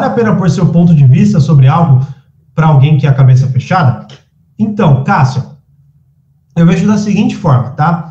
vale a pena pôr seu ponto de vista sobre algo para alguém que é a cabeça fechada? Então, Cássio, eu vejo da seguinte forma, tá?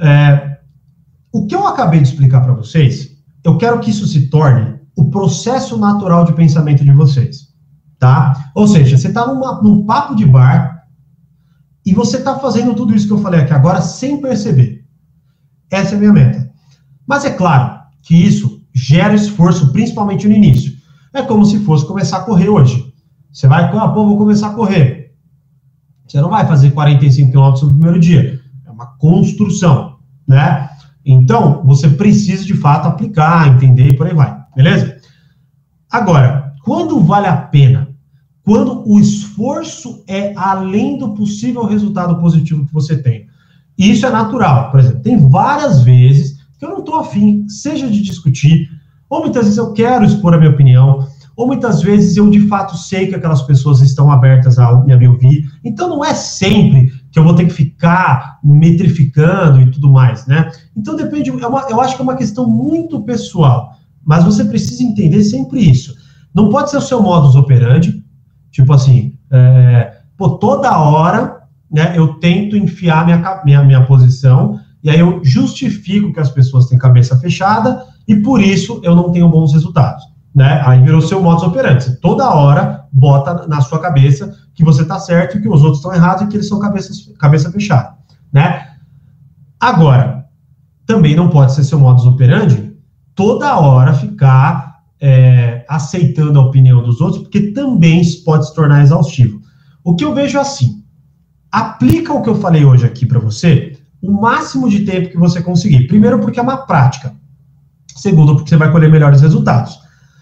O que eu acabei de explicar para vocês, eu quero que isso se torne o processo natural de pensamento de vocês, tá? Ou seja, você está num papo de bar e você está fazendo tudo isso que eu falei aqui agora sem perceber. Essa é a minha meta. Mas é claro que isso gera esforço, principalmente no início. É como se fosse começar a correr hoje. Você vai, vou começar a correr. Você não vai fazer 45 km no primeiro dia. É uma construção, né? Então, você precisa, de fato, aplicar, entender e por aí vai. Beleza? Agora, quando vale a pena? Quando o esforço é além do possível resultado positivo que você tem. E isso é natural. Por exemplo, tem várias vezes que eu não estou afim, seja de discutir, ou muitas vezes eu quero expor a minha opinião, ou muitas vezes eu, de fato, sei que aquelas pessoas estão abertas a me ouvir. Então, não é sempre que eu vou ter que ficar metrificando e tudo mais, né? Então, depende, eu acho que é uma questão muito pessoal, mas você precisa entender sempre isso. Não pode ser o seu modus operandi, tipo assim, toda hora, né, eu tento enfiar minha posição, e aí eu justifico que as pessoas têm cabeça fechada, e por isso eu não tenho bons resultados, né? Aí virou seu modus operandi. Você toda hora bota na sua cabeça que você está certo e que os outros estão errados e que eles são cabeça fechada, né? Agora, também não pode ser seu modus operandi toda hora ficar aceitando a opinião dos outros, porque também isso pode se tornar exaustivo. O que eu vejo assim, aplica o que eu falei hoje aqui para você o máximo de tempo que você conseguir. Primeiro, porque é uma prática. Segundo, porque você vai colher melhores resultados.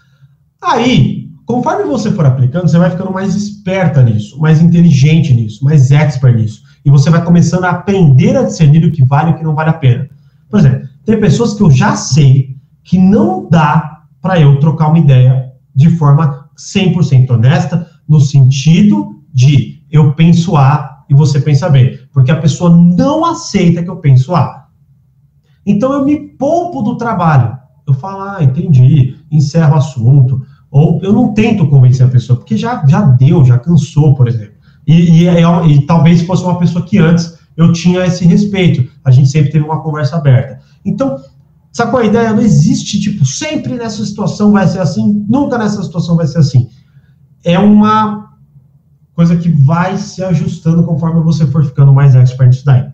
Aí, conforme você for aplicando, você vai ficando mais esperta nisso, mais inteligente nisso, mais expert nisso. E você vai começando a aprender a discernir o que vale e o que não vale a pena. Por exemplo, tem pessoas que eu já sei que não dá para eu trocar uma ideia de forma 100% honesta, no sentido de eu penso A e você pensa B. Porque a pessoa não aceita que eu penso A. Então eu me poupo do trabalho. Eu falo, entendi, encerro o assunto. Ou eu não tento convencer a pessoa, porque já deu, já cansou, por exemplo. E talvez fosse uma pessoa que antes eu tinha esse respeito. A gente sempre teve uma conversa aberta. Então, sacou a ideia? Não existe, tipo, sempre nessa situação vai ser assim, nunca nessa situação vai ser assim. É uma coisa que vai se ajustando conforme você for ficando mais expert nisso daí.